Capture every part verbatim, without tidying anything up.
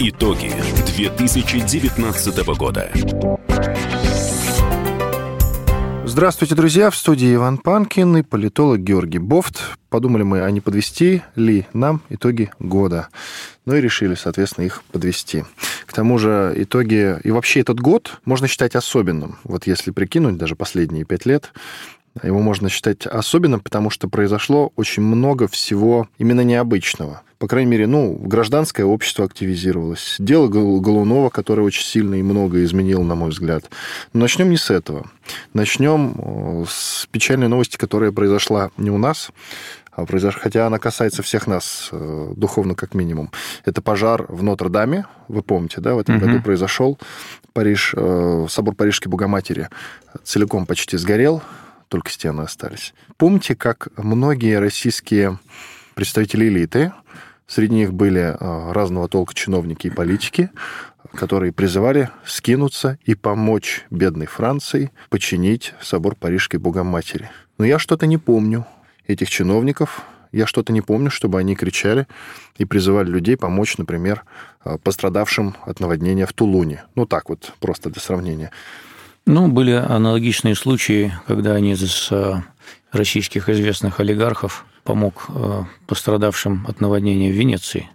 Итоги две тысячи девятнадцатого года. Здравствуйте, друзья! В студии Иван Панкин и политолог Георгий Бофт. Подумали мы, а не подвести ли нам итоги года? Ну и решили, соответственно, их подвести. К тому же итоги... И вообще этот год можно считать особенным. Вот если прикинуть даже последние пять лет, его можно считать особенным, потому что произошло очень много всего именно необычного. По крайней мере, ну, гражданское общество активизировалось. Дело Голунова, которое очень сильно и много изменило, на мой взгляд. Но начнем не с этого. Начнем с печальной новости, которая произошла не у нас, а произошла, хотя она касается всех нас, духовно как минимум. Это пожар в Нотр-Даме. Вы помните, да, в этом угу. году произошел. Париж, собор Парижской Богоматери целиком почти сгорел, только стены остались. Помните, как многие российские представители элиты, среди них были разного толка чиновники и политики, которые призывали скинуться и помочь бедной Франции починить собор Парижской Богоматери. Но я что-то не помню этих чиновников, я что-то не помню, чтобы они кричали и призывали людей помочь, например, пострадавшим от наводнения в Тулуне. Ну так вот, просто для сравнения. Ну, были аналогичные случаи, когда один из российских известных олигархов помог пострадавшим от наводнения в Венеции,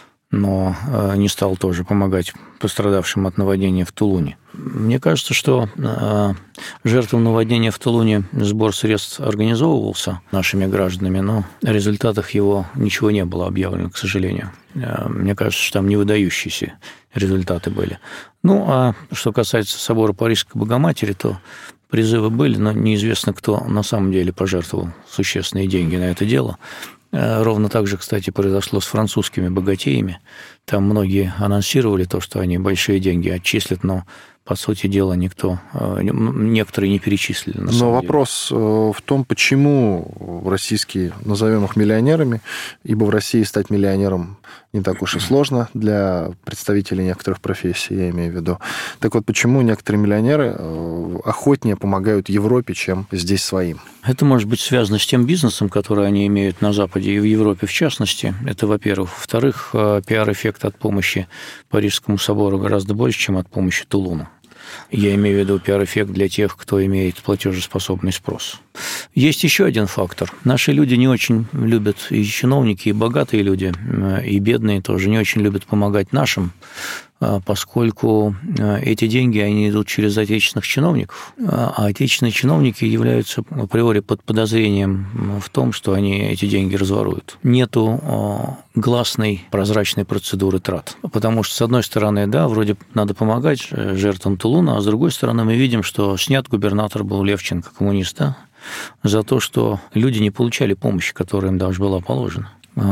но не стал тоже помогать пострадавшим от наводнения в Тулуне. Мне кажется, что жертвам наводнения в Тулуне сбор средств организовывался нашими гражданами, но о результатах его ничего не было объявлено, к сожалению. Мне кажется, что там невыдающиеся результаты были. Ну, а что касается собора Парижской Богоматери, то призывы были, но неизвестно, кто на самом деле пожертвовал существенные деньги на это дело. Ровно так же, кстати, произошло с французскими богатеями. Там многие анонсировали то, что они большие деньги отчислят, но, по сути дела, никто, некоторые не перечислили. На но вопрос деле. в том, почему российские, назовем их миллионерами, ибо в России стать миллионером не так уж и сложно для представителей некоторых профессий, я имею в виду. Так вот, почему некоторые миллионеры охотнее помогают Европе, чем здесь своим? Это может быть связано с тем бизнесом, который они имеют на Западе и в Европе в частности. Это, во-первых. Во-вторых, пиар-эффект от помощи Парижскому собору гораздо больше, чем от помощи Тулуну. Я имею в виду пиар-эффект для тех, кто имеет платежеспособный спрос. Есть еще один фактор. Наши люди не очень любят, и чиновники, и богатые люди, и бедные тоже не очень любят помогать нашим, поскольку эти деньги, они идут через отечественных чиновников, а отечественные чиновники являются априори под подозрением в том, что они эти деньги разворуют. Нету гласной, прозрачной процедуры трат. Потому что, с одной стороны, да, вроде надо помогать жертвам Тулуна, а с другой стороны, мы видим, что снят губернатор был Левченко, коммунист, да, за то, что люди не получали помощи, которая им должна была положена.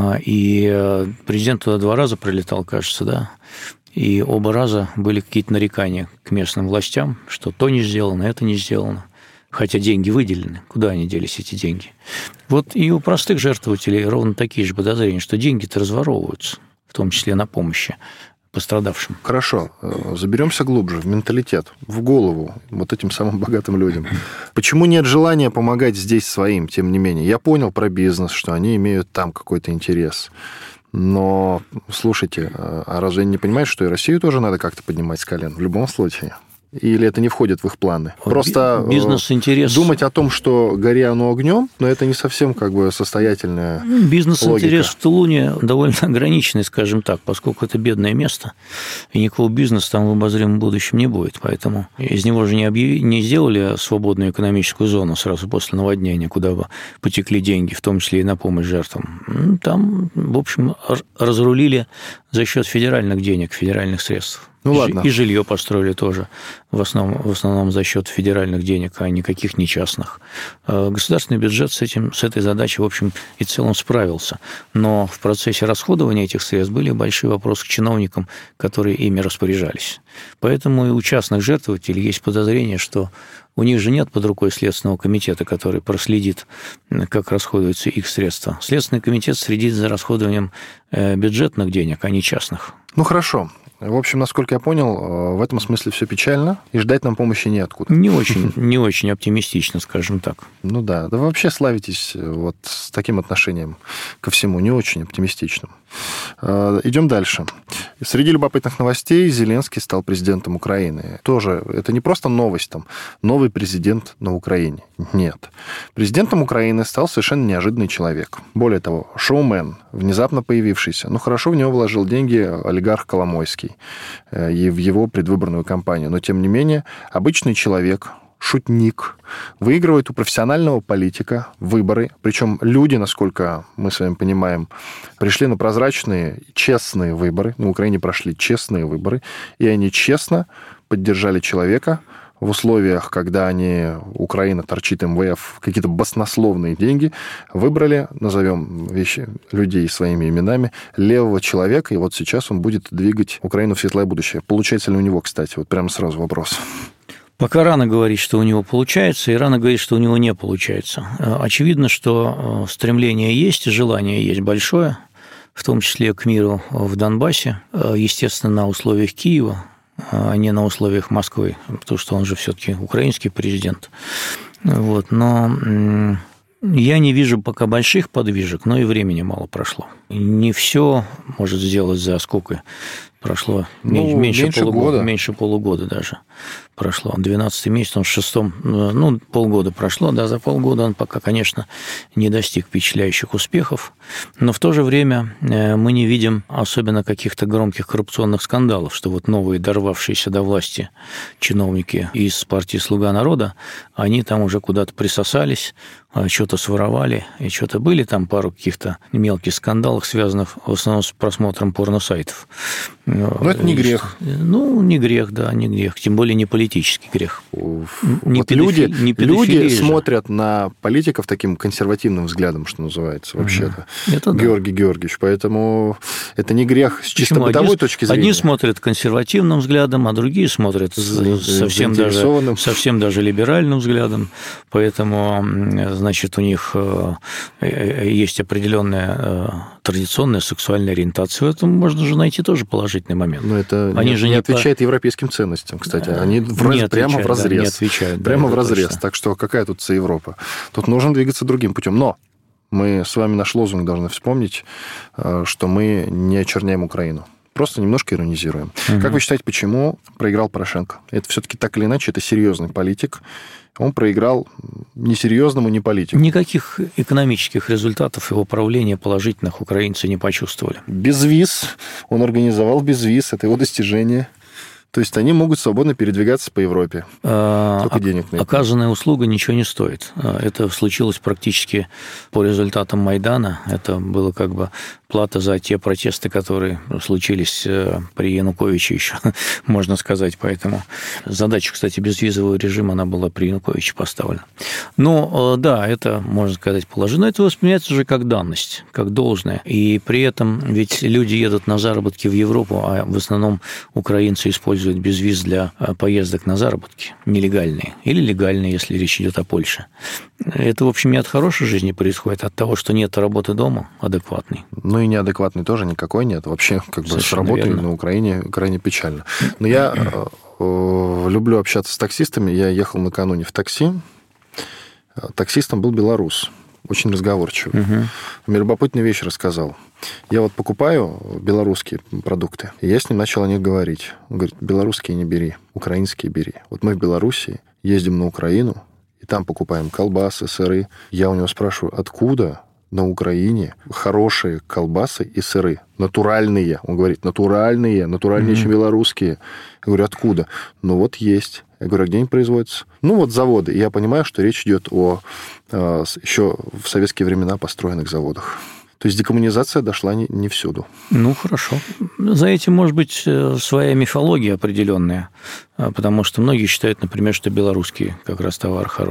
И президент туда два раза прилетал, кажется, да, и оба раза были какие-то нарекания к местным властям, что то не сделано, это не сделано. Хотя деньги выделены. Куда они делись, эти деньги? Вот и у простых жертвователей ровно такие же подозрения, что деньги-то разворовываются, в том числе на помощи пострадавшим. Хорошо. Заберемся глубже в менталитет, в голову вот этим самым богатым людям. Почему нет желания помогать здесь своим, тем не менее? Я понял про бизнес, что они имеют там какой-то интерес. Но, слушайте, а разве они не понимают, что и Россию тоже надо как-то поднимать с колен в любом случае? Или это не входит в их планы? Просто бизнес-интерес... думать о том, что гори оно огнем, но это не совсем как бы состоятельная бизнес-интерес логика. В Тулуне довольно ограниченный, скажем так, поскольку это бедное место, и никакого бизнеса там в обозримом будущем не будет. Поэтому из него же не, объяви... не сделали свободную экономическую зону сразу после наводнения, куда бы потекли деньги, в том числе и на помощь жертвам. Там, в общем, разрулили за счет федеральных денег, федеральных средств. Ну, ладно. И жилье построили тоже, в основном, в основном за счет федеральных денег, а никаких не частных. Государственный бюджет с, этим, с этой задачей, в общем, и целом справился. Но в процессе расходования этих средств были большие вопросы к чиновникам, которые ими распоряжались. Поэтому и у частных жертвователей есть подозрение, что у них же нет под рукой Следственного комитета, который проследит, как расходуются их средства. Следственный комитет следит за расходованием бюджетных денег, а не частных. Ну, хорошо. В общем, насколько я понял, в этом смысле все печально, и ждать нам помощи неоткуда. Не очень, не очень оптимистично, скажем так. Ну да, да вы вообще славитесь вот с таким отношением ко всему, не очень оптимистичным. Идем дальше. Среди любопытных новостей Зеленский стал президентом Украины. Тоже это не просто новость, там, новый президент на Украине. Нет. Президентом Украины стал совершенно неожиданный человек. Более того, шоумен, внезапно появившийся. Ну, хорошо в него вложил деньги олигарх Коломойский и в его предвыборную кампанию. Но, тем не менее, обычный человек, шутник, выигрывает у профессионального политика выборы. Причем люди, насколько мы с вами понимаем, пришли на прозрачные, честные выборы. На Украине прошли честные выборы. И они честно поддержали человека в условиях, когда они, Украина торчит эм вэ эф какие-то баснословные деньги, выбрали, назовем вещи, людей своими именами, левого человека, и вот сейчас он будет двигать Украину в светлое будущее. Получается ли у него, кстати? Вот прямо сразу вопрос. Пока рано говорить, что у него получается, и рано говорить, что у него не получается. Очевидно, что стремление есть, желание есть большое, в том числе к миру в Донбассе, естественно, на условиях Киева, а не на условиях Москвы, потому что он же все-таки украинский президент. Вот. Но я не вижу пока больших подвижек, но и времени мало прошло. Не все может сделать за сколько прошло, ну, меньше, меньше полугода, меньше полугода даже прошло. двенадцатый месяц, он в шестом, ну, полгода прошло, да, за полгода он пока, конечно, не достиг впечатляющих успехов, но в то же время мы не видим особенно каких-то громких коррупционных скандалов, что вот новые дорвавшиеся до власти чиновники из партии «Слуга народа», они там уже куда-то присосались, что-то своровали, и что-то были там пару каких-то мелких скандалов, связанных в основном с просмотром порносайтов. Но это не грех. Ну, не грех, да, не грех. Тем более не политический грех. Не вот люди, не люди смотрят на политиков таким консервативным взглядом, что называется, вообще-то, это Георгий да. Георгиевич. Поэтому это не грех с чисто Почему? бытовой одни, точки зрения. Одни смотрят консервативным взглядом, а другие смотрят совсем даже, совсем даже либеральным взглядом. Поэтому, значит, у них есть определенная традиционная сексуальная ориентация. В этом можно же найти тоже положительный момент. Но это Они не, же не, не отвечает по... европейским ценностям, кстати. Они в раз... не прямо в разрез. Да, не отвечают. Прямо да, в разрез. Точно. Так что какая тут Европа? Тут нужно двигаться другим путем. Но мы с вами наш лозунг должны вспомнить, что мы не очерняем Украину. Просто немножко иронизируем. Угу. Как вы считаете, почему проиграл Порошенко? Это все-таки так или иначе, это серьезный политик. Он проиграл несерьезному не политику. Никаких экономических результатов его правления положительных украинцы не почувствовали. Безвиз. Он организовал безвиз. Это его достижение. То есть они могут свободно передвигаться по Европе. Только денег нет. Оказанная услуга ничего не стоит. Это случилось практически по результатам Майдана. Это было как бы плата за те протесты, которые случились при Януковиче еще, можно сказать. Поэтому задача, кстати, безвизового режима, она была при Януковиче поставлена. Но да, это, можно сказать, положено. Это воспринимается уже как данность, как должное. И при этом ведь люди едут на заработки в Европу, а в основном украинцы используют безвиз для поездок на заработки, нелегальные или легальные, если речь идет о Польше. Это, в общем, не от хорошей жизни происходит, а от того, что нет работы дома адекватной. Ну и неадекватной тоже никакой нет. Вообще, как бы с работой на Украине крайне печально. Но я э, люблю общаться с таксистами. Я ехал накануне в такси. Таксистом был белорус. Очень разговорчивый. Угу. Мне любопытную вещь рассказал. Я вот покупаю белорусские продукты, и я с ним начал о них говорить. Он говорит, белорусские не бери, украинские бери. Вот мы в Белоруссии ездим на Украину, и там покупаем колбасы, сыры. Я у него спрашиваю, откуда на Украине хорошие колбасы и сыры? Натуральные. Он говорит, натуральные, натуральнее, mm-hmm. чем белорусские. Я говорю, откуда? Ну вот есть. Я говорю, а где они производятся? Ну вот заводы. И я понимаю, что речь идет о еще в советские времена построенных заводах. То есть декоммунизация дошла не, не всюду. Ну, хорошо. За этим может быть своя мифология определенная, потому что многие считают, например, что белорусский как раз товар хороший.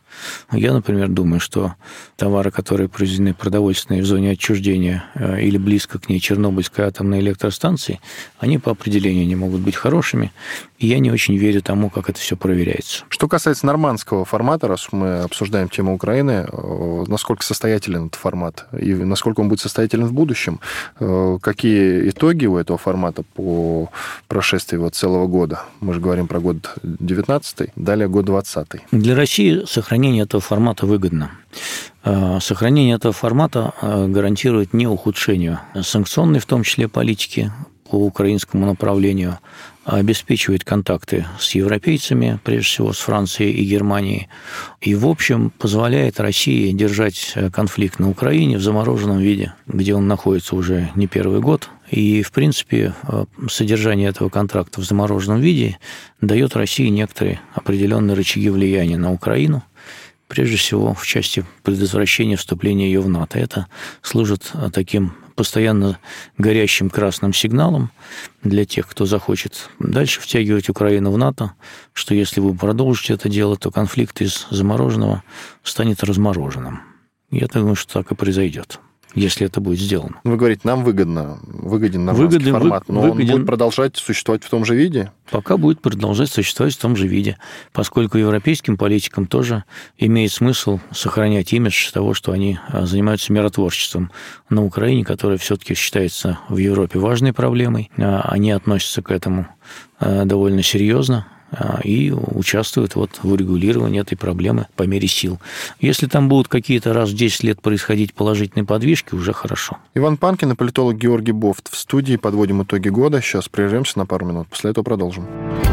Я, например, думаю, что товары, которые произведены продовольственные в зоне отчуждения или близко к ней Чернобыльской атомной электростанции, они по определению не могут быть хорошими, и я не очень верю тому, как это все проверяется. Что касается нормандского формата, раз мы обсуждаем тему Украины, насколько состоятелен этот формат и насколько он будет состоятелен в будущем, какие итоги у этого формата по прошествии вот целого года? Мы же говорим про год девятнадцатый, далее год двадцатый. Для России сохранение этого формата выгодно. Сохранение этого формата гарантирует не ухудшение санкционной, в том числе, политики по украинскому направлению, а обеспечивает контакты с европейцами, прежде всего с Францией и Германией, и, в общем, позволяет России держать конфликт на Украине в замороженном виде, где он находится уже не первый год. И, в принципе, содержание этого контракта в замороженном виде дает России некоторые определенные рычаги влияния на Украину, прежде всего в части предотвращения вступления ее в НАТО. Это служит таким постоянно горящим красным сигналом для тех, кто захочет дальше втягивать Украину в НАТО, что если вы продолжите это дело, то конфликт из замороженного станет размороженным. Я думаю, что так и произойдет, если это будет сделано. Вы говорите, нам выгодно, выгоден нормандский выгоден, формат, но выгоден, он будет продолжать существовать в том же виде? Пока будет продолжать существовать в том же виде, поскольку европейским политикам тоже имеет смысл сохранять имидж того, что они занимаются миротворчеством на Украине, которая все-таки считается в Европе важной проблемой. Они относятся к этому довольно серьезно и участвуют вот в урегулировании этой проблемы по мере сил. Если там будут какие-то раз в десять лет происходить положительные подвижки, уже хорошо. Иван Панкин и политолог Георгий Бофт в студии. Подводим итоги года. Сейчас прервемся на пару минут. После этого продолжим.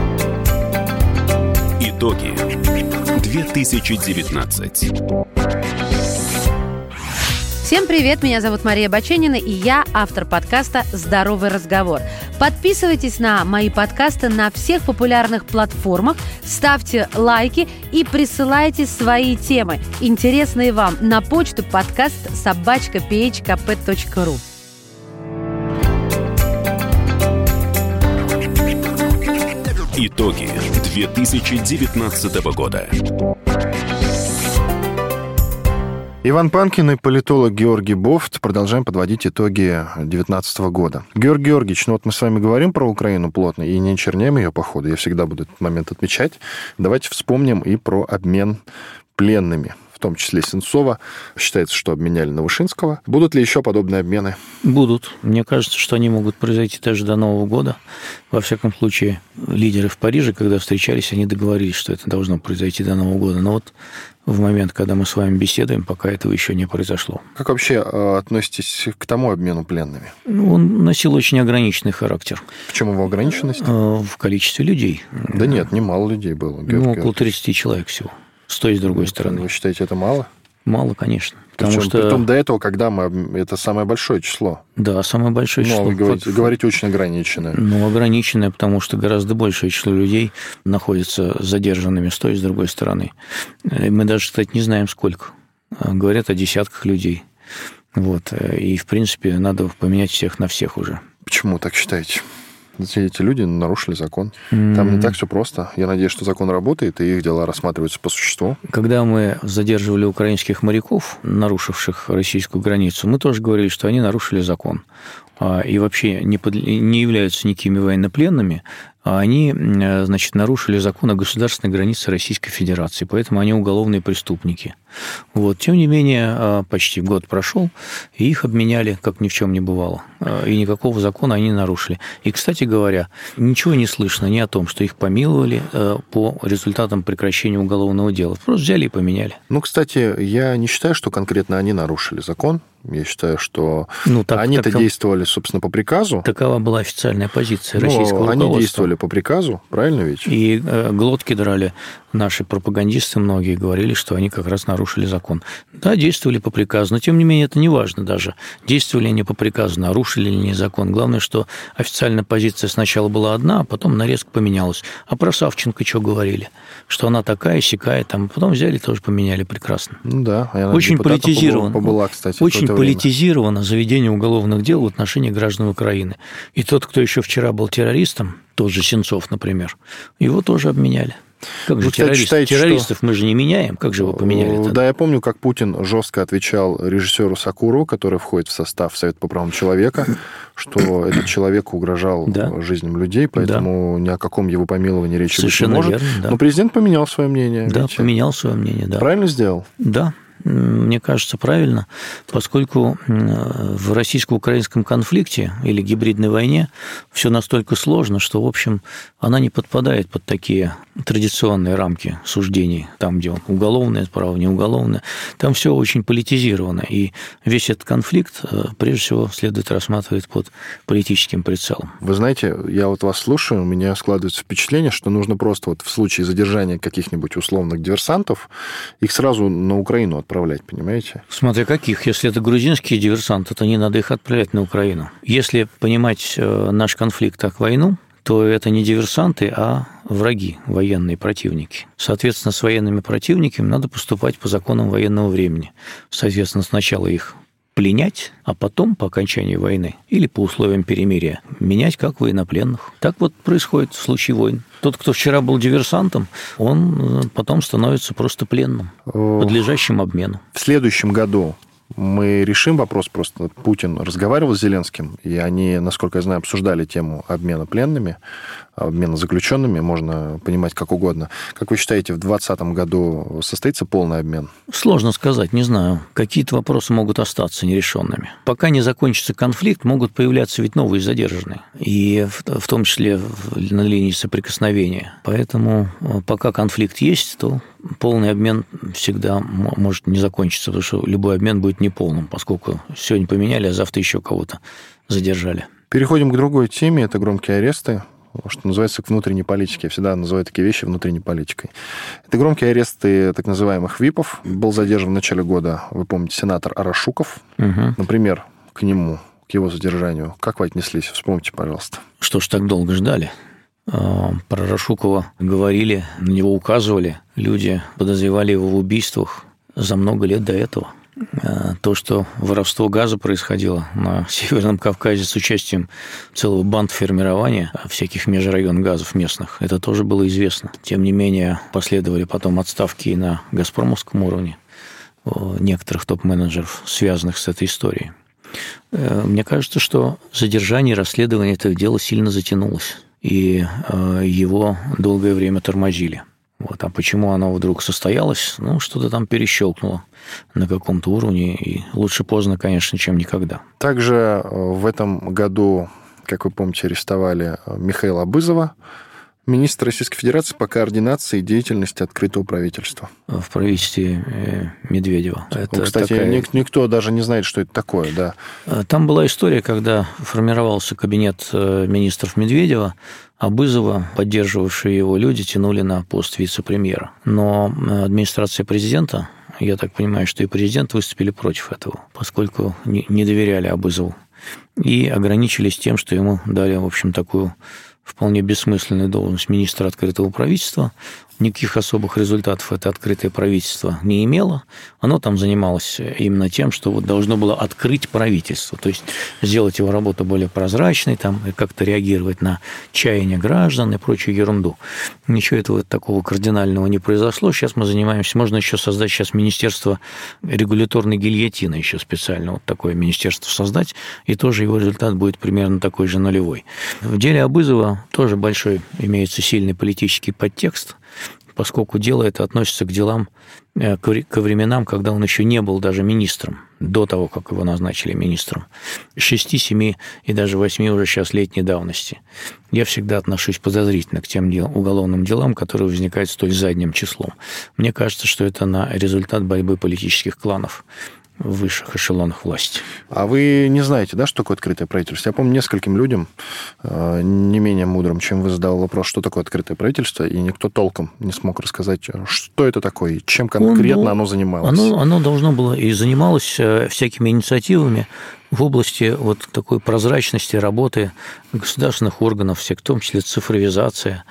Итоги две тысячи девятнадцать. Всем привет, меня зовут Мария Баченина, и я автор подкаста «Здоровый разговор». Подписывайтесь на мои подкасты на всех популярных платформах, ставьте лайки и присылайте свои темы, интересные вам, на почту подкаст собачка пи эйч ка пэ точка ру. Итоги две тысячи девятнадцатого года. Иван Панкин и политолог Георгий Бофт. Продолжаем подводить итоги две тысячи девятнадцатого года. Георгий Георгиевич, ну вот мы с вами говорим про Украину плотно и не черняем ее по ходу. Я всегда буду этот момент отмечать. Давайте вспомним и про обмен пленными, в том числе Сенцова. Считается, что обменяли на Вышинского. Будут ли еще подобные обмены? Будут. Мне кажется, что они могут произойти даже до Нового года. Во всяком случае, лидеры в Париже, когда встречались, они договорились, что это должно произойти до Нового года. Но вот в момент, когда мы с вами беседуем, пока этого еще не произошло. Как вообще относитесь к тому обмену пленными? Он носил очень ограниченный характер. В чем его ограниченность? В количестве людей. Да нет, немало людей было. Ну, около тридцать человек всего. С той и с другой стороны. Вы считаете, это мало? Мало, конечно. Потому Причем, что... Притом до этого, когда мы... Это самое большое число. Да, самое большое число. Но вы говорите, вот, говорите очень ограниченное. Ну, ограниченное, потому что гораздо большее число людей находится задержанными с той и с другой стороны. Мы даже, кстати, не знаем, сколько. Говорят о десятках людей. Вот. И, в принципе, надо поменять всех на всех уже. Почему так считаете? Эти люди нарушили закон. Mm. Там не так все просто. Я надеюсь, что закон работает, и их дела рассматриваются по существу. Когда мы задерживали украинских моряков, нарушивших российскую границу, мы тоже говорили, что они нарушили закон. И вообще не, под... не являются никакими военнопленными, а они, значит, нарушили закон о государственной границе Российской Федерации, поэтому они уголовные преступники. Вот. Тем не менее, почти год прошел, и их обменяли, как ни в чем не бывало. И никакого закона они не нарушили. И, кстати говоря, ничего не слышно ни о том, что их помиловали по результатам прекращения уголовного дела. Просто взяли и поменяли. Ну, кстати, я не считаю, что конкретно они нарушили закон. Я считаю, что ну, так, они-то так, действовали, собственно, по приказу. Такова была официальная позиция российского руководства. Они действовали действовали по приказу, правильно ведь? И э, глотки драли наши пропагандисты, многие говорили, что они как раз нарушили закон. Да, действовали по приказу, но тем не менее это не важно даже, действовали они по приказу, нарушили ли они закон. Главное, что официальная позиция сначала была одна, а потом она резко поменялась. А про Савченко что говорили? Что она такая, сякая, там, потом взяли, тоже поменяли прекрасно. Ну да. Очень политизировано. Побыла, кстати, очень политизировано заведение уголовных дел в отношении граждан Украины. И тот, кто еще вчера был террористом, тот же Сенцов, например, его тоже обменяли. Как же Вы, кстати, террорист? считаете, террористов что... мы же не меняем. Как же вы поменяли? Да, я помню, как Путин жестко отвечал режиссеру Сакурову, который входит в состав Совета по правам человека, что этот человек угрожал да. жизням людей, поэтому да. ни о каком его помиловании речи быть не может. Верно, да. Но президент поменял свое мнение. Да, видите? поменял свое мнение, да. Правильно сделал? Да. Мне кажется, правильно, поскольку в российско-украинском конфликте или гибридной войне все настолько сложно, что, в общем, она не подпадает под такие традиционные рамки суждений, там, где уголовное право, не уголовное. Там все очень политизировано, и весь этот конфликт, прежде всего, следует рассматривать под политическим прицелом. Вы знаете, я вот вас слушаю, у меня складывается впечатление, что нужно просто вот в случае задержания каких-нибудь условных диверсантов их сразу на Украину отправить. Отправлять, понимаете? Смотря каких. Если это грузинские диверсанты, то не надо их отправлять на Украину. Если понимать наш конфликт как войну, то это не диверсанты, а враги, военные противники. Соответственно, с военными противниками надо поступать по законам военного времени. Соответственно, сначала их пленять, а потом, по окончании войны или по условиям перемирия, менять как военнопленных. Так вот происходит в случае войн. Тот, кто вчера был диверсантом, он потом становится просто пленным, подлежащим обмену. В следующем году мы решим вопрос, просто Путин разговаривал с Зеленским, и они, насколько я знаю, обсуждали тему обмена пленными, обмена заключенными, можно понимать как угодно. Как вы считаете, в двадцатом году состоится полный обмен? Сложно сказать, не знаю. Какие-то вопросы могут остаться нерешенными. Пока не закончится конфликт, могут появляться ведь новые задержанные, и в том числе на линии соприкосновения. Поэтому пока конфликт есть, то полный обмен всегда может не закончиться, потому что любой обмен будет неполным, поскольку сегодня поменяли, а завтра еще кого-то задержали. Переходим к другой теме, это громкие аресты, что называется, к внутренней политике. Я всегда называю такие вещи внутренней политикой. Это громкие аресты так называемых ВИПов. Был задержан в начале года, вы помните, сенатор Арашуков. Угу. Например, к нему, к его задержанию. Как вы отнеслись? Вспомните, пожалуйста. Что ж так долго ждали? Про Арашукова говорили, на него указывали. Люди подозревали его в убийствах за много лет до этого. То, что воровство газа происходило на Северном Кавказе с участием целого бандформирования всяких межрайонных газов местных, это тоже было известно. Тем не менее, последовали потом отставки и на газпромовском уровне некоторых топ-менеджеров, связанных с этой историей. Мне кажется, что задержание и расследование этого дела сильно затянулось, и его долгое время тормозили. Вот. А почему оно вдруг состоялось? Ну, что-то там перещелкнуло на каком-то уровне, и лучше поздно, конечно, чем никогда. Также в этом году, как вы помните, арестовали Михаила Абызова, министра Российской Федерации по координации деятельности открытого правительства. В правительстве Медведева. Это Кстати, такая... никто даже не знает, что это такое, да. Там была история, когда формировался кабинет министров Медведева, Абызова, поддерживавшие его люди, тянули на пост вице-премьера. Но администрация президента, я так понимаю, что и президент выступили против этого, поскольку не доверяли Абызову. И ограничились тем, что ему дали, в общем, такую вполне бессмысленную должность министра открытого правительства. Никаких особых результатов это открытое правительство не имело. Оно там занималось именно тем, что вот должно было открыть правительство, то есть сделать его работу более прозрачной, там, и как-то реагировать на чаяния граждан и прочую ерунду. Ничего этого такого кардинального не произошло. Сейчас мы занимаемся, можно еще создать сейчас министерство регуляторной гильотины, еще специально вот такое министерство создать, и тоже его результат будет примерно такой же нулевой. В деле Абызова тоже большой имеется сильный политический подтекст, поскольку дело это относится к делам, ко временам, когда он еще не был даже министром, до того, как его назначили министром, шести, семи и даже восьми уже сейчас летней давности. Я всегда отношусь подозрительно к тем дел, уголовным делам, которые возникают столь задним числом. Мне кажется, что это на результат борьбы политических кланов в высших эшелонах власти. А вы не знаете, да, что такое открытое правительство? Я помню, нескольким людям, не менее мудрым, чем вы, задал вопрос, что такое открытое правительство, и никто толком не смог рассказать, что это такое, чем конкретно оно, оно занималось. Оно, оно должно было и занималось всякими инициативами в области вот такой прозрачности работы государственных органов, в том числе цифровизация,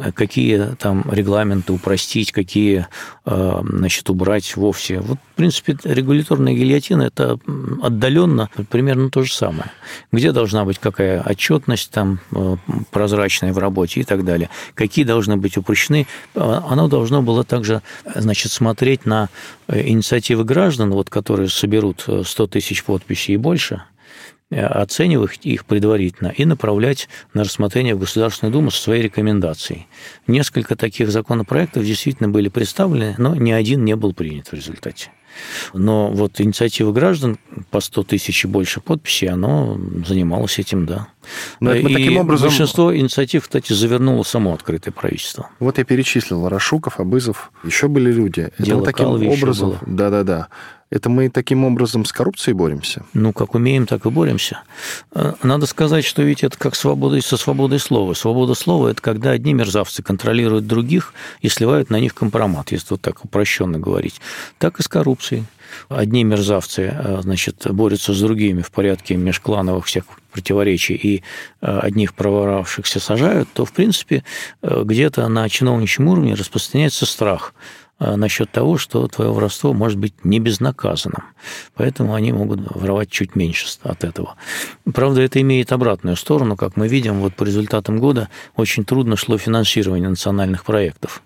какие там регламенты упростить, какие, значит, убрать вовсе. Вот, в принципе, регуляторная гильотина – это отдаленно примерно то же самое. Где должна быть какая отчетность там прозрачная в работе и так далее. Какие должны быть упрощены. Оно должно было также, значит, смотреть на инициативы граждан, вот, которые соберут сто тысяч подписей и больше, оценивать их предварительно и направлять на рассмотрение в Государственную Думу со своей рекомендацией. Несколько таких законопроектов действительно были представлены, но ни один не был принят в результате. Но вот инициатива граждан по сто тысяч и больше подписей, оно занималось этим, да. Но и таким образом... большинство инициатив, кстати, завернуло само открытое правительство. Вот я перечислил Рашуков, Абызов, еще были люди. Дело Это таким образом... было. Да-да-да. Это мы таким образом с коррупцией боремся? Ну, как умеем, так и боремся. Надо сказать, что ведь это как свобода, со свободой слова. Свобода слова – это когда одни мерзавцы контролируют других и сливают на них компромат, если вот так упрощенно говорить. Так и с коррупцией. Одни мерзавцы, значит, борются с другими в порядке межклановых всяких противоречий и одних проворовавшихся сажают, то, в принципе, где-то на чиновничьем уровне распространяется страх насчет того, что твое воровство может быть не безнаказанным. Поэтому они могут воровать чуть меньше от этого. Правда, это имеет обратную сторону. Как мы видим, вот по результатам года очень трудно шло финансирование национальных проектов.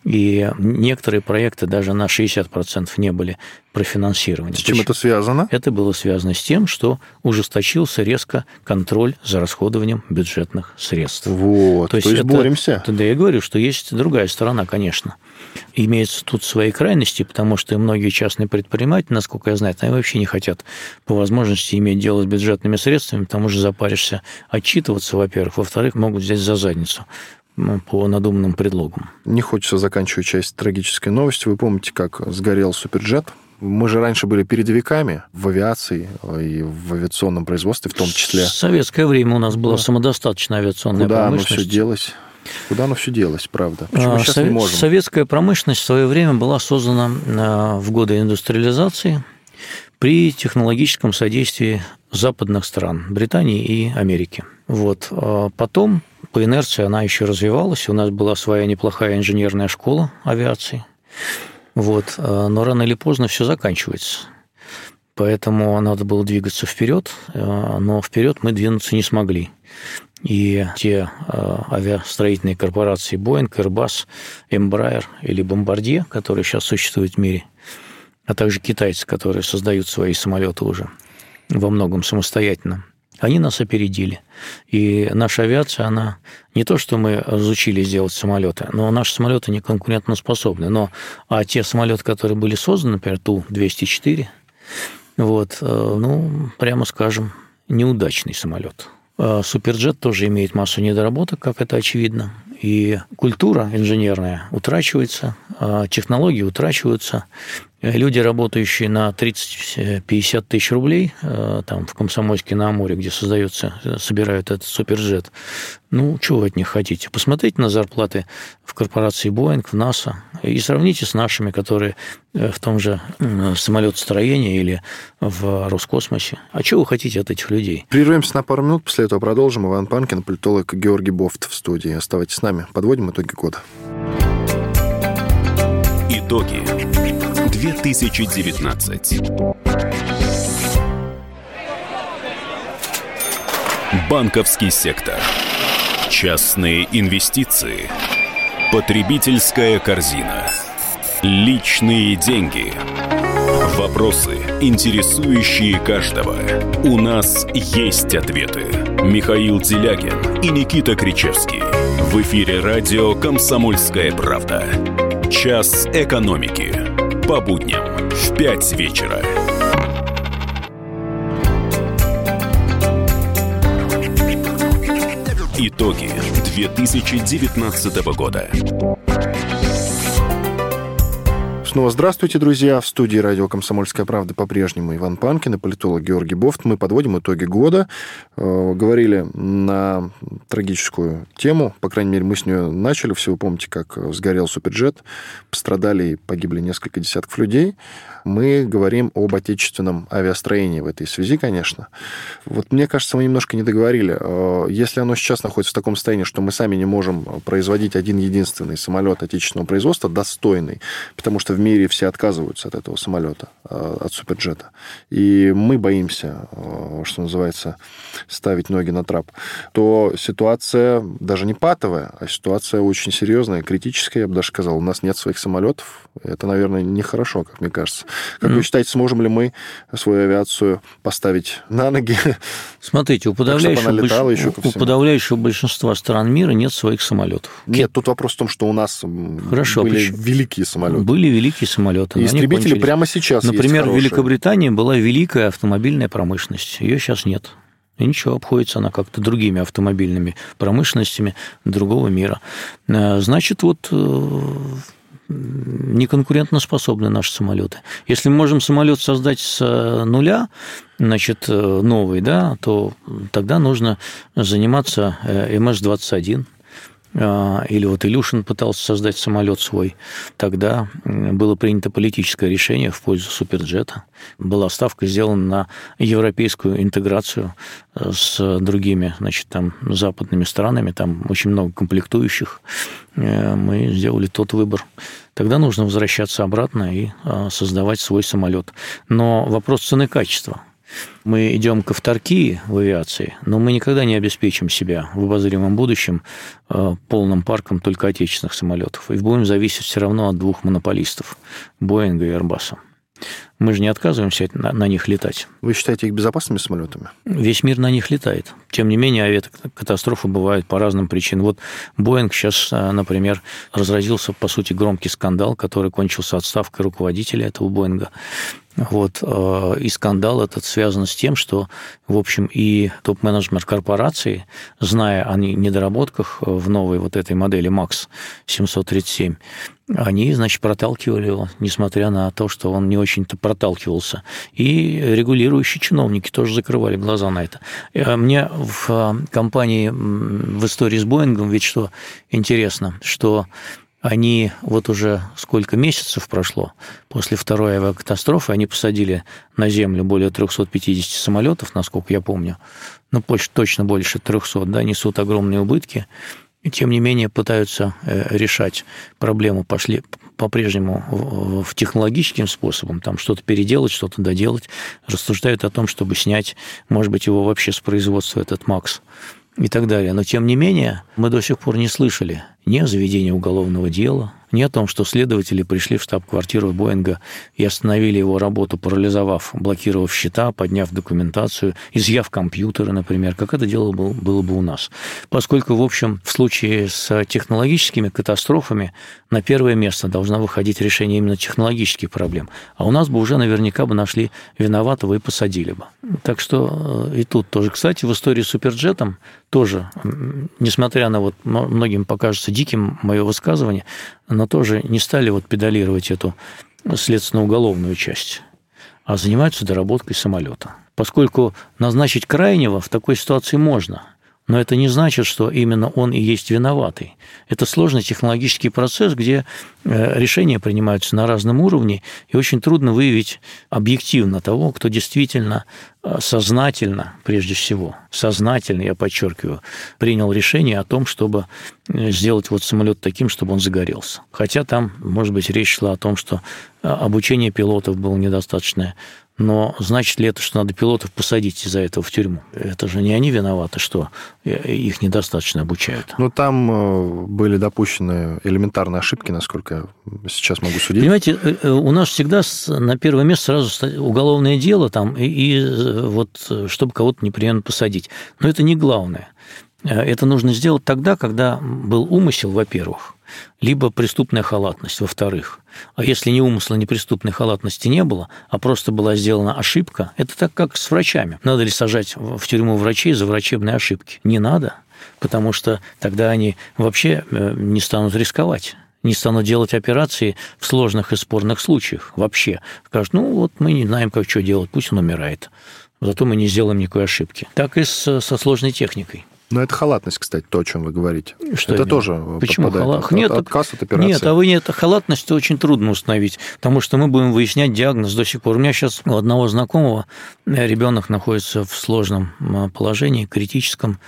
И некоторые проекты даже на шестьдесят процентов не были профинансированы. С чем это связано? Это было связано с тем, что ужесточился резко контроль за расходованием бюджетных средств. Вот, то есть, то есть это, боремся. Да, я говорю, что есть другая сторона, конечно. Имеются тут свои крайности, потому что многие частные предприниматели, насколько я знаю, они вообще не хотят по возможности иметь дело с бюджетными средствами, потому что запаришься отчитываться, во-первых, во-вторых, могут взять за задницу по надуманным предлогам. Не хочется заканчивать часть трагической новости. Вы помните, как сгорел Суперджет? Мы же раньше были передовиками в авиации и в авиационном производстве в том числе. В советское время у нас была да. самодостаточная авиационная Куда промышленность. Куда оно все делось? Куда оно все делось, правда? Почему а, сейчас Совет... не можем? Советская промышленность в свое время была создана в годы индустриализации при технологическом содействии западных стран, Британии и Америки. Вот. Потом, по инерции, она еще развивалась. У нас была своя неплохая инженерная школа авиации. Вот. Но рано или поздно все заканчивается. Поэтому надо было двигаться вперед, но вперед мы двинуться не смогли. И те авиастроительные корпорации Boeing, Airbus, Embraer или Bombardier, которые сейчас существуют в мире, а также китайцы, которые создают свои самолеты уже во многом самостоятельно, они нас опередили. И наша авиация, она не то, что мы разучились делать самолеты, но наши самолеты не конкурентоспособны. Но, а те самолеты, которые были созданы, например, Ту двести четыре, вот, ну, прямо скажем, неудачный самолет. Суперджет тоже имеет массу недоработок, как это очевидно. И культура инженерная утрачивается, технологии утрачиваются. Люди, работающие на тридцать-пятьдесят тысяч рублей там, в Комсомольске-на-Амуре, где создается, собирают этот суперджет, ну, чего вы от них хотите? Посмотрите на зарплаты в корпорации Boeing, в НАСА, и сравните с нашими, которые в том же самолетостроении или в Роскосмосе. А чего вы хотите от этих людей? Прервемся на пару минут, после этого продолжим. Иван Панкин, политолог, Георгий Бофт в студии. Оставайтесь с нами. Подводим итоги года. Итоги две тысячи девятнадцать. Банковский сектор. Частные инвестиции. Потребительская корзина. Личные деньги. Вопросы, интересующие каждого. У нас есть ответы. Михаил Делягин и Никита Кричевский. В эфире радио «Комсомольская правда». Час экономики. По будням в пять вечера. Итоги две тысячи девятнадцатого года. В Снова здравствуйте, друзья. В студии радио «Комсомольская правда» по-прежнему Иван Панкин и политолог Георгий Бофт. Мы подводим итоги года. Говорили на трагическую тему. По крайней мере, мы с нее начали. Все вы помните, как сгорел Суперджет. Пострадали и погибли несколько десятков людей. Мы говорим об отечественном авиастроении в этой связи, конечно. Вот мне кажется, мы немножко не договорили. Если оно сейчас находится в таком состоянии, что мы сами не можем производить один-единственный самолет отечественного производства, достойный, потому что в мире все отказываются от этого самолета, от Суперджета. И мы боимся, что называется, ставить ноги на трап. То ситуация даже не патовая, а ситуация очень серьезная, критическая, я бы даже сказал. У нас нет своих самолетов. Это, наверное, нехорошо, как мне кажется. Как mm. вы считаете, сможем ли мы свою авиацию поставить на ноги? Смотрите, у подавляющего, так, больш... еще у подавляющего большинства стран мира нет своих самолетов. Нет, тут вопрос в том, что у нас Хорошо, были почему? великие самолеты. Были великие самолеты. И истребители прямо сейчас Например, есть в Великобритании была великая автомобильная промышленность. Ее сейчас нет. И ничего, обходится она как-то другими автомобильными промышленностями другого мира. Значит, вот неконкурентоспособны наши самолеты. Если мы можем самолет создать с нуля, значит, новый, да, то тогда нужно заниматься эм эс двадцать один. Или вот Илюшин пытался создать самолет свой. Тогда было принято политическое решение в пользу Суперджета. Была ставка сделана на европейскую интеграцию с другими, значит, там, западными странами. Там очень много комплектующих. Мы сделали тот выбор. Тогда нужно возвращаться обратно и создавать свой самолет. Но вопрос цены и качества. Мы идем к авторкии в авиации, но мы никогда не обеспечим себя в обозримом будущем полным парком только отечественных самолетов. И будем зависеть все равно от двух монополистов – Боинга и Airbus. Мы же не отказываемся на, на них летать. Вы считаете их безопасными самолетами? Весь мир на них летает. Тем не менее, авиакатастрофы бывают по разным причинам. Вот Боинг сейчас, например, разразился, по сути, громкий скандал, который кончился отставкой руководителя этого Боинга. Вот. И скандал этот связан с тем, что, в общем, и топ-менеджмент корпорации, зная о недоработках в новой вот этой модели макс семьсот тридцать семь, они, значит, проталкивали его, несмотря на то, что он не очень-то проталкивался. И регулирующие чиновники тоже закрывали глаза на это. Мне в компании, в истории с Боингом, ведь что интересно, что они вот уже сколько месяцев прошло после второй авиакатастрофы, они посадили на землю более триста пятьдесят самолетов, насколько я помню, ну, точно больше трехсот, да, несут огромные убытки, и тем не менее пытаются решать проблему, пошли по-прежнему в технологическим способом, там что-то переделать, что-то доделать, рассуждают о том, чтобы снять, может быть, его вообще с производства, этот МАКС, и так далее. Но, тем не менее, мы до сих пор не слышали ни о заведении уголовного дела, ни о том, что следователи пришли в штаб-квартиру Боинга и остановили его работу, парализовав, блокировав счета, подняв документацию, изъяв компьютеры, например, как это дело было, было бы у нас. Поскольку, в общем, в случае с технологическими катастрофами на первое место должна выходить решение именно технологических проблем. А у нас бы уже наверняка бы нашли виноватого и посадили бы. Так что и тут тоже. Кстати, в истории с Суперджетом тоже, несмотря на вот многим покажется диким мое высказывание, но тоже не стали вот педалировать эту следственно-уголовную часть, а занимаются доработкой самолета. Поскольку назначить крайнего в такой ситуации можно, но это не значит, что именно он и есть виноватый. Это сложный технологический процесс, где решения принимаются на разном уровне, и очень трудно выявить объективно того, кто действительно сознательно, прежде всего, сознательно, я подчеркиваю, принял решение о том, чтобы сделать вот самолет таким, чтобы он загорелся. Хотя там, может быть, речь шла о том, что обучение пилотов было недостаточное. Но значит ли это, что надо пилотов посадить из-за этого в тюрьму? Это же не они виноваты, что их недостаточно обучают. Ну, там были допущены элементарные ошибки, насколько я сейчас могу судить. Понимаете, у нас всегда на первое место сразу уголовное дело, там, и, и вот, чтобы кого-то непременно посадить. Но это не главное. Это нужно сделать тогда, когда был умысел, во-первых, либо преступная халатность, во-вторых. А если ни умысла, ни преступной халатности не было, а просто была сделана ошибка, это так, как с врачами. Надо ли сажать в тюрьму врачей за врачебные ошибки? Не надо, потому что тогда они вообще не станут рисковать. не станут делать операции в сложных и спорных случаях вообще. Скажут, ну вот мы не знаем, как что делать, пусть он умирает. Зато мы не сделаем никакой ошибки. Так и с, со сложной техникой. Но это халатность, кстати, то, о чем вы говорите. Что это именно? тоже Почему подпадает халат? Нет, отказ от операции. Нет, а вы нет, халатность очень трудно установить, потому что мы будем выяснять диагноз до сих пор. У меня сейчас у одного знакомого ребенок находится в сложном положении, критическом,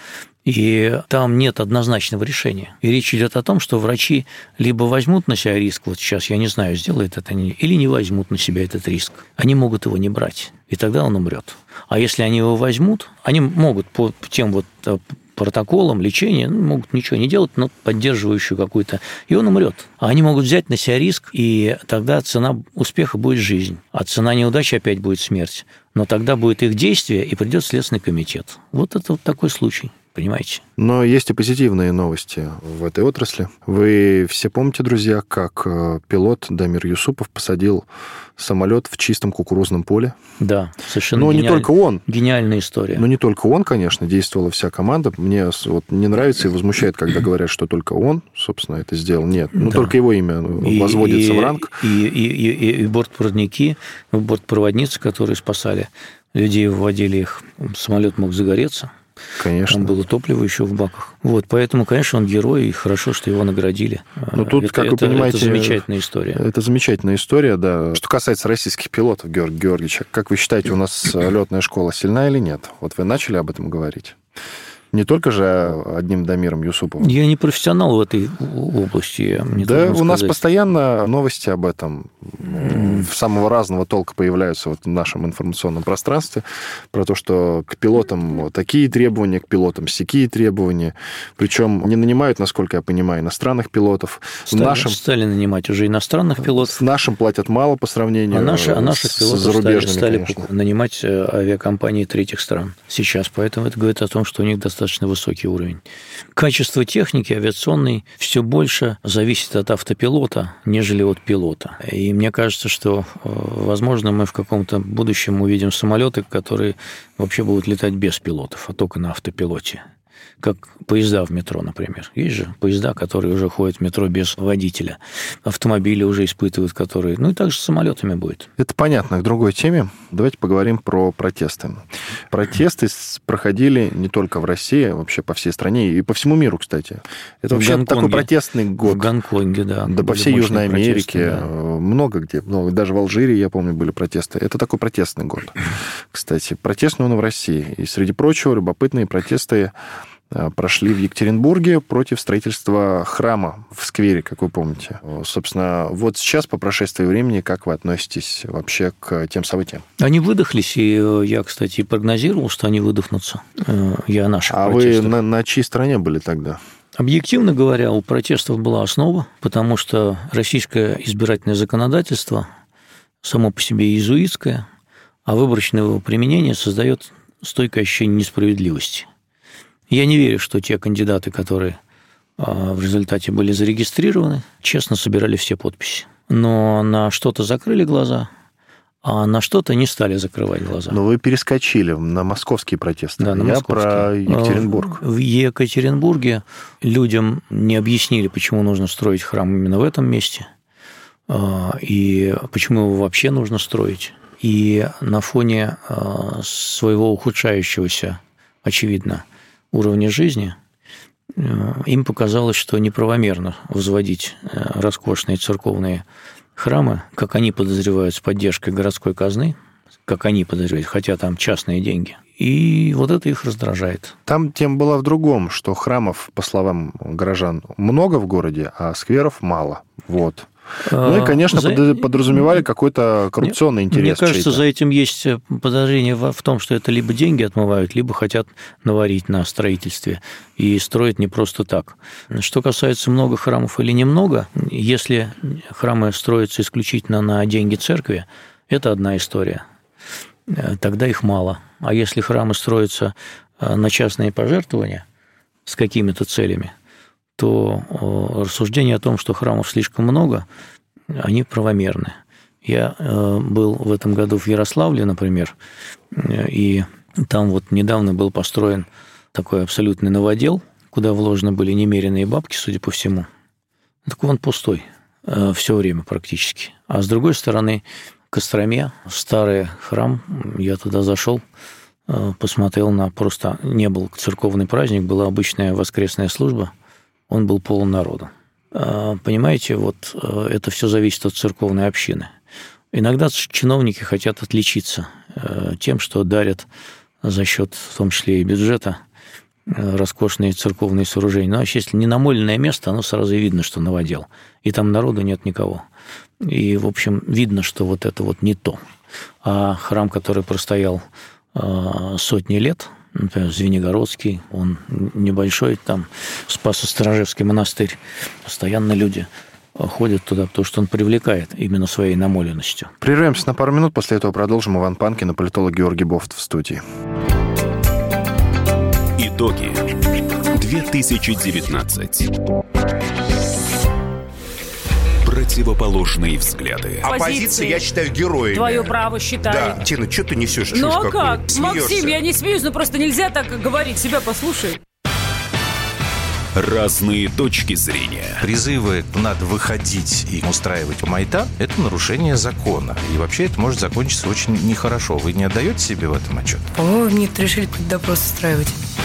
и там нет однозначного решения. И речь идет о том, что врачи либо возьмут на себя риск, вот сейчас, я не знаю, сделает это они, или не возьмут на себя этот риск. Они могут его не брать, и тогда он умрет. А если они его возьмут, они могут по тем вот протоколам лечения, ну, могут ничего не делать, но поддерживающую какую-то, и он умрет. А они могут взять на себя риск, и тогда цена успеха будет жизнь, а цена неудачи опять будет смерть. Но тогда будет их действие, и придет Следственный комитет. Вот это вот такой случай. Понимаете? Но есть и позитивные новости в этой отрасли. Вы все помните, друзья, как пилот Дамир Юсупов посадил самолет в чистом кукурузном поле? Да, совершенно Но гениаль... не только он. Гениальная история. Но не только он, конечно, действовала вся команда. Мне вот не нравится и возмущает, когда говорят, что только он, собственно, это сделал. Нет, ну да. Только его имя возводится и, в ранг. И, и, и, и, и бортпроводники, бортпроводницы, которые спасали людей, выводили их, самолет мог загореться. Конечно. Там было топливо еще в баках. Вот, поэтому, конечно, он герой, и хорошо, что его наградили. Но тут, это, как вы это, понимаете, это замечательная история. Это замечательная история, да. Что касается российских пилотов, Георгий Георгиевич, как вы считаете, у нас летная школа сильна или нет? Вот вы начали об этом говорить. Не только же одним Дамиром Юсуповым. Я не профессионал в этой области. Мне да, у нас постоянно новости об этом mm. самого разного толка появляются вот в нашем информационном пространстве, про то, что к пилотам такие требования, к пилотам сякие требования. Причем не нанимают, насколько я понимаю, иностранных пилотов. Стали, нашим... стали нанимать уже иностранных пилотов. Нашим платят мало по сравнению а наши, а наших с пилотов зарубежными, стали, стали конечно. нанимать авиакомпании третьих стран сейчас. Поэтому это говорит о том, что у них достаточно достаточно высокий уровень. Качество техники авиационной все больше зависит от автопилота, нежели от пилота. И мне кажется, что, возможно, мы в каком-то будущем увидим самолеты, которые вообще будут летать без пилотов, а только на автопилоте. Как поезда в метро, например. Есть же поезда, которые уже ходят в метро без водителя. Автомобили уже испытывают, которые... Ну и так же с самолетами будет. Это понятно. К другой теме. Давайте поговорим про протесты. Протесты проходили не только в России, вообще по всей стране и по всему миру, кстати. Это в вообще Гонконге, такой протестный год. В Гонконге, да. Да по всей Южной Америке. Да. Много где. Ну, даже в Алжире, я помню, были протесты. Это такой протестный год. Кстати, протестный он и в России. И, среди прочего, любопытные протесты прошли в Екатеринбурге против строительства храма в сквере, как вы помните. Собственно, вот сейчас, по прошествии времени, как вы относитесь вообще к тем событиям? Они выдохлись, и я, кстати, прогнозировал, что они выдохнутся. Я наших А протестов. вы на, на чьей стороне были тогда? Объективно говоря, у протестов была основа, потому что российское избирательное законодательство само по себе иезуитское, а выборочное его применение создает стойкое ощущение несправедливости. Я не верю, что те кандидаты, которые в результате были зарегистрированы, честно собирали все подписи. Но на что-то закрыли глаза, а на что-то не стали закрывать глаза. Но вы перескочили на московские протесты. Да, на Я московские. про Екатеринбург. В Екатеринбурге людям не объяснили, почему нужно строить храм именно в этом месте, и почему его вообще нужно строить. И на фоне своего ухудшающегося, очевидно, уровня жизни, им показалось, что неправомерно возводить роскошные церковные храмы, как они подозревают, с поддержкой городской казны, как они подозревают, хотя там частные деньги. И вот это их раздражает. Там тема была в другом, что храмов, по словам горожан, много в городе, а скверов мало. Вот. Ну и, конечно, за... подразумевали какой-то коррупционный интерес. Мне кажется, чей-то. За этим есть подозрение в том, что это либо деньги отмывают, либо хотят наварить на строительстве и строят не просто так. Что касается много храмов или немного, если храмы строятся исключительно на деньги церкви, это одна история. Тогда их мало. А если храмы строятся на частные пожертвования с какими-то целями, то рассуждения о том, что храмов слишком много, они правомерны. Я был в этом году в Ярославле, например, и там вот недавно был построен такой абсолютный новодел, куда вложены были немеренные бабки, судя по всему. Так он пустой все время практически. А с другой стороны, Костроме, старый храм, я туда зашел, посмотрел на просто... Не был церковный праздник, была обычная воскресная служба, он был полон народу. Понимаете, вот это все зависит от церковной общины. Иногда чиновники хотят отличиться тем, что дарят за счет, в том числе и бюджета, роскошные церковные сооружения. Но вообще, если не намоленное место, оно сразу видно, что новодел. И там народу нет никого. И, в общем, видно, что вот это вот не то. А храм, который простоял сотни лет, например, Звенигородский, он небольшой, там Спасо-Сторожевский монастырь, постоянно люди ходят туда, потому что он привлекает именно своей намоленностью. Прервемся на пару минут, после этого продолжим. Иван Панкин и политолог Георгий Бофт в студии. Итоги две тысячи девятнадцать. Противоположные взгляды. Оппозиция, я считаю, героями. Твое право считаю. Да. Тина, что ты несешь? Ну а как? Максим, я не смеюсь, но просто нельзя так говорить. Себя послушай. Разные точки зрения. Призывы «надо выходить и устраивать майдан» — это нарушение закона. И вообще это может закончиться очень нехорошо. Вы не отдаете себе в этом отчет? По-моему, нет, решили какой-то допрос устраивать.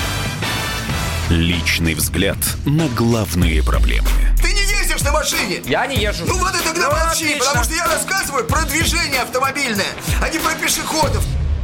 Личный взгляд на главные проблемы. Ты не ездишь на машине? Я не езжу. Ну вот и тогда ну, молчи, отлично. потому что я рассказываю про движение автомобильное, а не про пешеходов.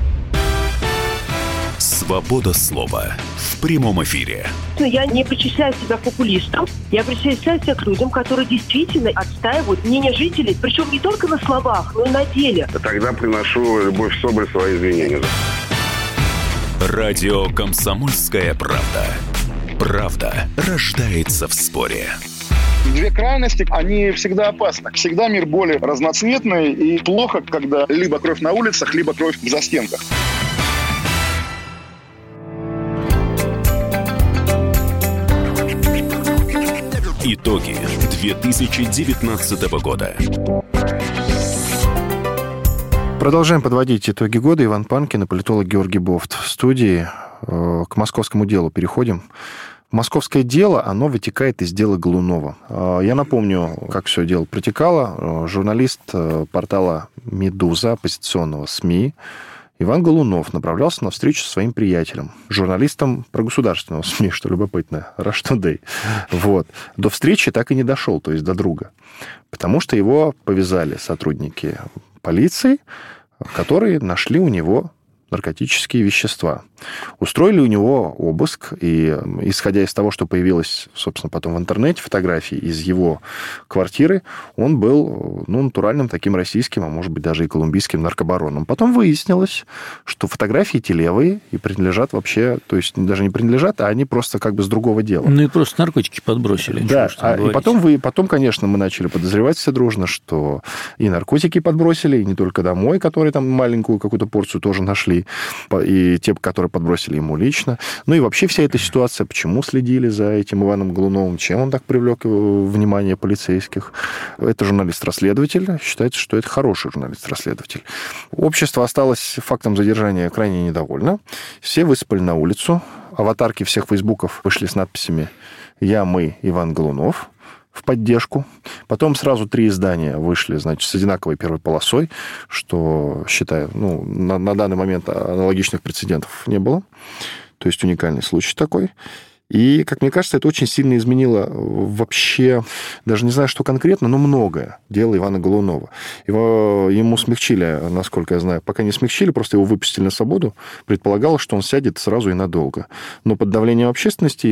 Свобода слова в прямом эфире. Я не причисляю себя к популистам. Я причисляю себя к людям, которые действительно отстаивают мнение жителей, причем не только на словах, но и на деле. Тогда приношу Любовь Соболь свои извинения. Радио «Комсомольская правда». Правда рождается в споре. Две крайности, они всегда опасны. Всегда мир более разноцветный, и плохо, когда либо кровь на улицах, либо кровь в застенках. Итоги две тысячи девятнадцатого года. Продолжаем подводить итоги года. Иван Панкин и политолог Георгий Бофт в студии. К московскому делу переходим. Московское дело, оно вытекает из дела Голунова. Я напомню, как все дело протекало. Журналист портала «Медуза», оппозиционного СМИ, Иван Голунов направлялся на встречу со своим приятелем, журналистом прогосударственного СМИ, что любопытно, Rush Today. Вот. До встречи так и не дошел, то есть до друга. Потому что его повязали сотрудники полиции, которые нашли у него наркотические вещества. Устроили у него обыск, и, исходя из того, что появилось, собственно, потом в интернете, фотографии из его квартиры, он был, ну, натуральным таким российским, а может быть, даже и колумбийским наркобароном. Потом выяснилось, что фотографии эти левые и принадлежат вообще, то есть даже не принадлежат, а они просто как бы с другого дела. Ну и просто наркотики подбросили. Да, а, и потом, вы, потом, конечно, мы начали подозревать все дружно, что и наркотики подбросили, и не только домой, которые там маленькую какую-то порцию тоже нашли, и те, которые подбросили ему лично. Ну и вообще вся эта ситуация, почему следили за этим Иваном Голуновым, чем он так привлек внимание полицейских. Это журналист-расследователь. Считается, что это хороший журналист-расследователь. Общество осталось фактом задержания крайне недовольно. Все высыпали на улицу. Аватарки всех фейсбуков вышли с надписями «Я, мы, Иван Голунов», в поддержку. Потом сразу три издания вышли, значит, с одинаковой первой полосой, что, считаю, ну, на, на данный момент аналогичных прецедентов не было. То есть уникальный случай такой. И, как мне кажется, это очень сильно изменило вообще, даже не знаю, что конкретно, но многое дело Ивана Голунова. Его, ему смягчили, насколько я знаю, пока не смягчили, просто его выпустили на свободу. Предполагалось, что он сядет сразу и надолго. Но под давлением общественности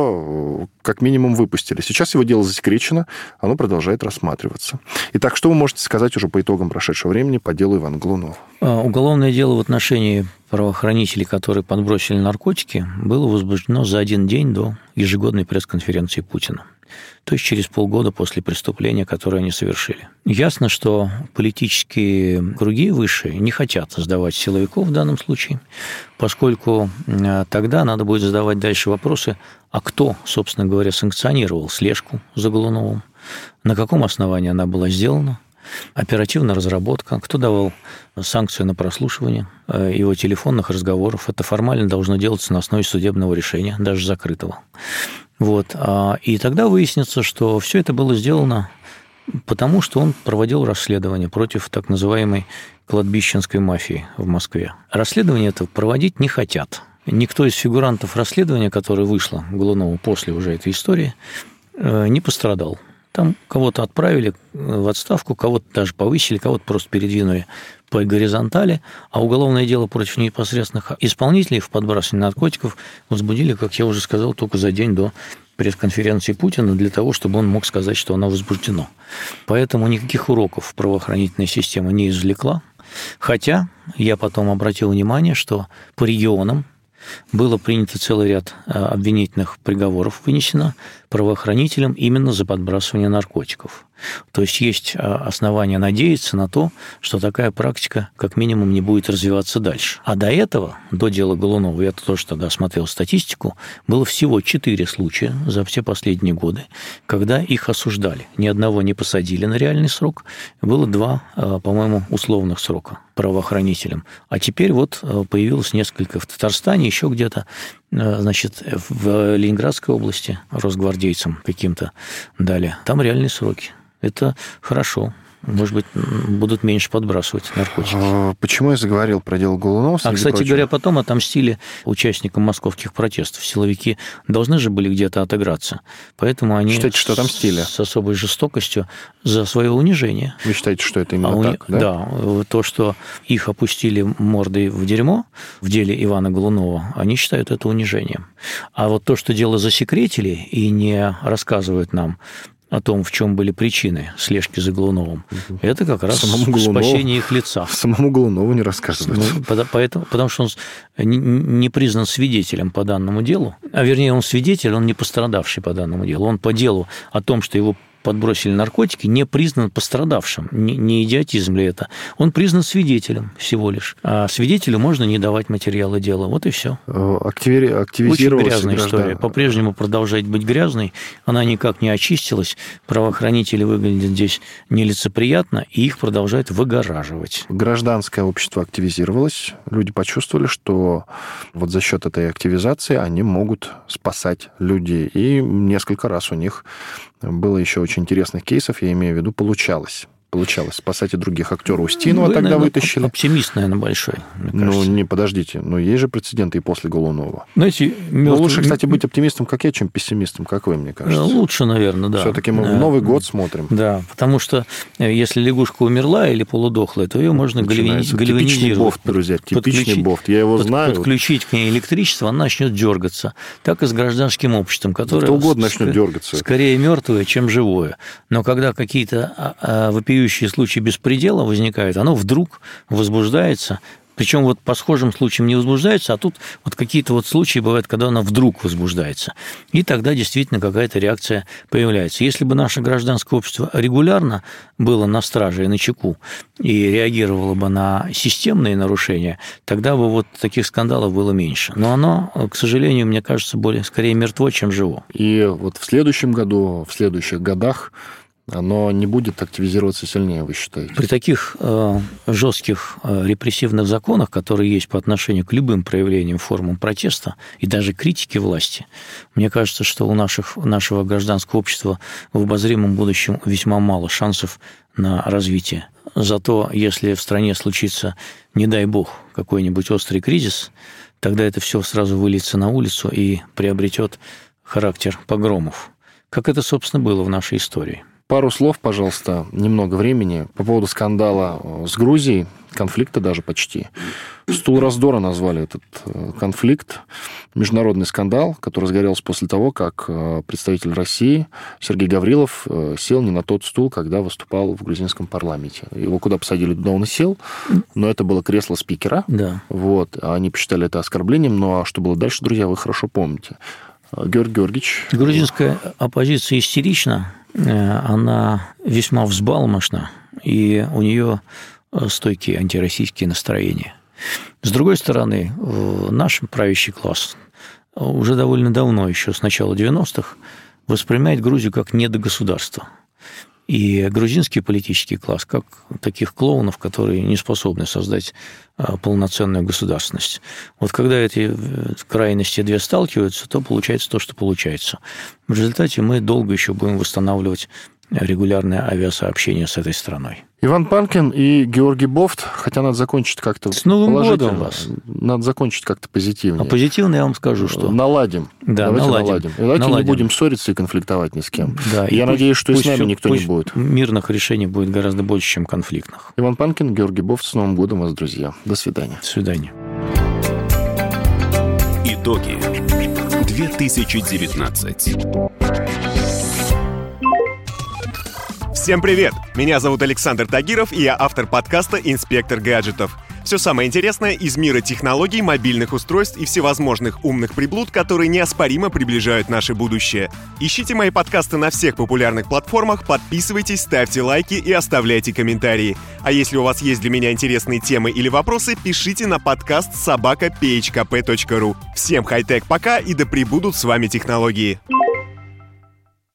его как минимум выпустили. Сейчас его дело засекречено, оно продолжает рассматриваться. Итак, что вы можете сказать уже по итогам прошедшего времени по делу Ивана Голунова? Уголовное дело в отношении правоохранителей, которые подбросили наркотики, было возбуждено за один день до ежегодной пресс-конференции Путина. То есть через полгода после преступления, которое они совершили. Ясно, что политические круги высшие не хотят сдавать силовиков в данном случае, поскольку тогда надо будет задавать дальше вопросы, а кто, собственно говоря, санкционировал слежку за Голуновым, на каком основании она была сделана, оперативная разработка, кто давал санкцию на прослушивание его телефонных разговоров. Это формально должно делаться на основе судебного решения, даже закрытого. Вот. И тогда выяснится, что все это было сделано потому, что он проводил расследование против так называемой кладбищенской мафии в Москве. Расследование это проводить не хотят. Никто из фигурантов расследования, которое вышло Голунову после уже этой истории, не пострадал. Там кого-то отправили в отставку, кого-то даже повысили, кого-то просто передвинули по горизонтали, а уголовное дело против непосредственных исполнителей в подбрасывании наркотиков возбудили, как я уже сказал, только за день до пресс-конференции Путина для того, чтобы он мог сказать, что оно возбуждено. Поэтому никаких уроков правоохранительная система не извлекла. Хотя я потом обратил внимание, что по регионам было принято целый ряд обвинительных приговоров вынесено правоохранителям именно за подбрасывание наркотиков. То есть есть основания надеяться на то, что такая практика как минимум не будет развиваться дальше. А до этого, до дела Голунова, я тоже тогда смотрел статистику, было всего четыре случая за все последние годы, когда их осуждали. Ни одного не посадили на реальный срок, было два, по-моему, условных срока правоохранителям. А теперь вот появилось несколько в Татарстане, еще где-то, значит, в Ленинградской области росгвардейцам каким-то дали. Там реальные сроки. Это хорошо. Может быть, будут меньше подбрасывать наркотики. Почему я заговорил про дело Голунова? А, кстати прочего? говоря, потом отомстили участникам московских протестов. Силовики должны же были где-то отыграться. Поэтому они считаете, что отомстили? С особой жестокостью за свое унижение. Вы считаете, что это именно а так, уни... да? Да. То, что их опустили мордой в дерьмо в деле Ивана Голунова, они считают это унижением. А вот то, что дело засекретили и не рассказывают нам о том, в чем были причины слежки за Голуновым, угу. это как раз Голунову, спасение их лица. Самому Голунову не рассказывают. Ну, поэтому, потому что он не признан свидетелем по данному делу, а вернее, он свидетель, он не пострадавший по данному делу. Он по делу о том, что его подбросили наркотики, не признан пострадавшим. Не, не идиотизм ли это? Он признан свидетелем всего лишь. А свидетелю можно не давать материалы дела. Вот и все. Активи... Активизировалась Очень грязная граждан... история. По-прежнему продолжает быть грязной. Она никак не очистилась. Правоохранители выглядят здесь нелицеприятно, и их продолжают выгораживать. Гражданское общество активизировалось. Люди почувствовали, что вот за счет этой активизации они могут спасать людей. И несколько раз у них было еще очень интересных кейсов, я имею в виду, получалось. Получалось спасать и других актеров. Устинова Вы, тогда наверное, вытащили. Оптимист, наверное, большой. Ну, не, подождите. Но есть же прецеденты и после Голунова. Знаете, мертв... ну, лучше, кстати, быть оптимистом, как я, чем пессимистом, как вы, мне кажется. Лучше, наверное, да. Все-таки мы да. в Новый год смотрим. Да, потому что если лягушка умерла или полудохлая, то ее можно гальванизировать. Типичный бофт, друзья, типичный подключить, бофт. Я его под, знаю. Подключить к ней электричество, она начнет дергаться. Так и с гражданским обществом, которое... Кто угодно начнет дергаться. Скорее мертвое, чем живое. Но когда какие-то вопиющие случаи беспредела возникают, оно вдруг возбуждается. Причем вот по схожим случаям не возбуждается, а тут вот какие-то вот случаи бывают, когда она вдруг возбуждается. И тогда действительно какая-то реакция появляется. Если бы наше гражданское общество регулярно было на страже и на чеку и реагировало бы на системные нарушения, тогда бы вот таких скандалов было меньше. Но оно, к сожалению, мне кажется, более скорее мертво, чем живо. И вот в следующем году, в следующих годах оно не будет активизироваться сильнее, вы считаете? При таких э, жестких э, репрессивных законах, которые есть по отношению к любым проявлениям, формам протеста и даже критики власти, мне кажется, что у наших, нашего гражданского общества в обозримом будущем весьма мало шансов на развитие. Зато если в стране случится, не дай бог, какой-нибудь острый кризис, тогда это все сразу выльется на улицу и приобретет характер погромов, как это, собственно, было в нашей истории. Пару слов, пожалуйста, немного времени по поводу скандала с Грузией, конфликта даже почти. «Стул раздора» назвали этот конфликт. Международный скандал, который разгорелся после того, как представитель России Сергей Гаврилов сел не на тот стул, когда выступал в грузинском парламенте. Его куда посадили, туда он и сел, но это было кресло спикера. Да. Вот. Они посчитали это оскорблением, но что было дальше, друзья, вы хорошо помните. Георгий Георгиевич. Грузинская оппозиция истерична, она весьма взбалмошна, и у нее стойкие антироссийские настроения. С другой стороны, наш правящий класс уже довольно давно, еще с начала девяностых, воспринимает Грузию как недогосударство. и грузинский политический класс как таких клоунов, которые не способны создать полноценную государственность. Вот когда эти крайности две сталкиваются, то получается то, что получается. В результате мы долго еще будем восстанавливать регулярное авиасообщение с этой страной. Иван Панкин и Георгий Бофт, хотя надо закончить как-то с Новым положительно. годом вас. Надо закончить как-то позитивнее. А позитивно я вам скажу, что... Наладим. Да, Давайте наладим. наладим. Давайте наладим. не будем ссориться и конфликтовать ни с кем. Да, я и надеюсь, пусть, что и с нами пусть, никто пусть не будет. Мирных решений будет гораздо больше, чем конфликтных. Иван Панкин, Георгий Бофт, с Новым годом вас, друзья. До свидания. До свидания. Итоги две тысячи девятнадцать. Всем привет! Меня зовут Александр Тагиров, и я автор подкаста «Инспектор гаджетов». Все самое интересное из мира технологий, мобильных устройств и всевозможных умных приблуд, которые неоспоримо приближают наше будущее. Ищите мои подкасты на всех популярных платформах, подписывайтесь, ставьте лайки и оставляйте комментарии. А если у вас есть для меня интересные темы или вопросы, пишите на подкаст собака пи эйч кей пи точка ру. Всем хай-тек пока и да пребудут с вами технологии!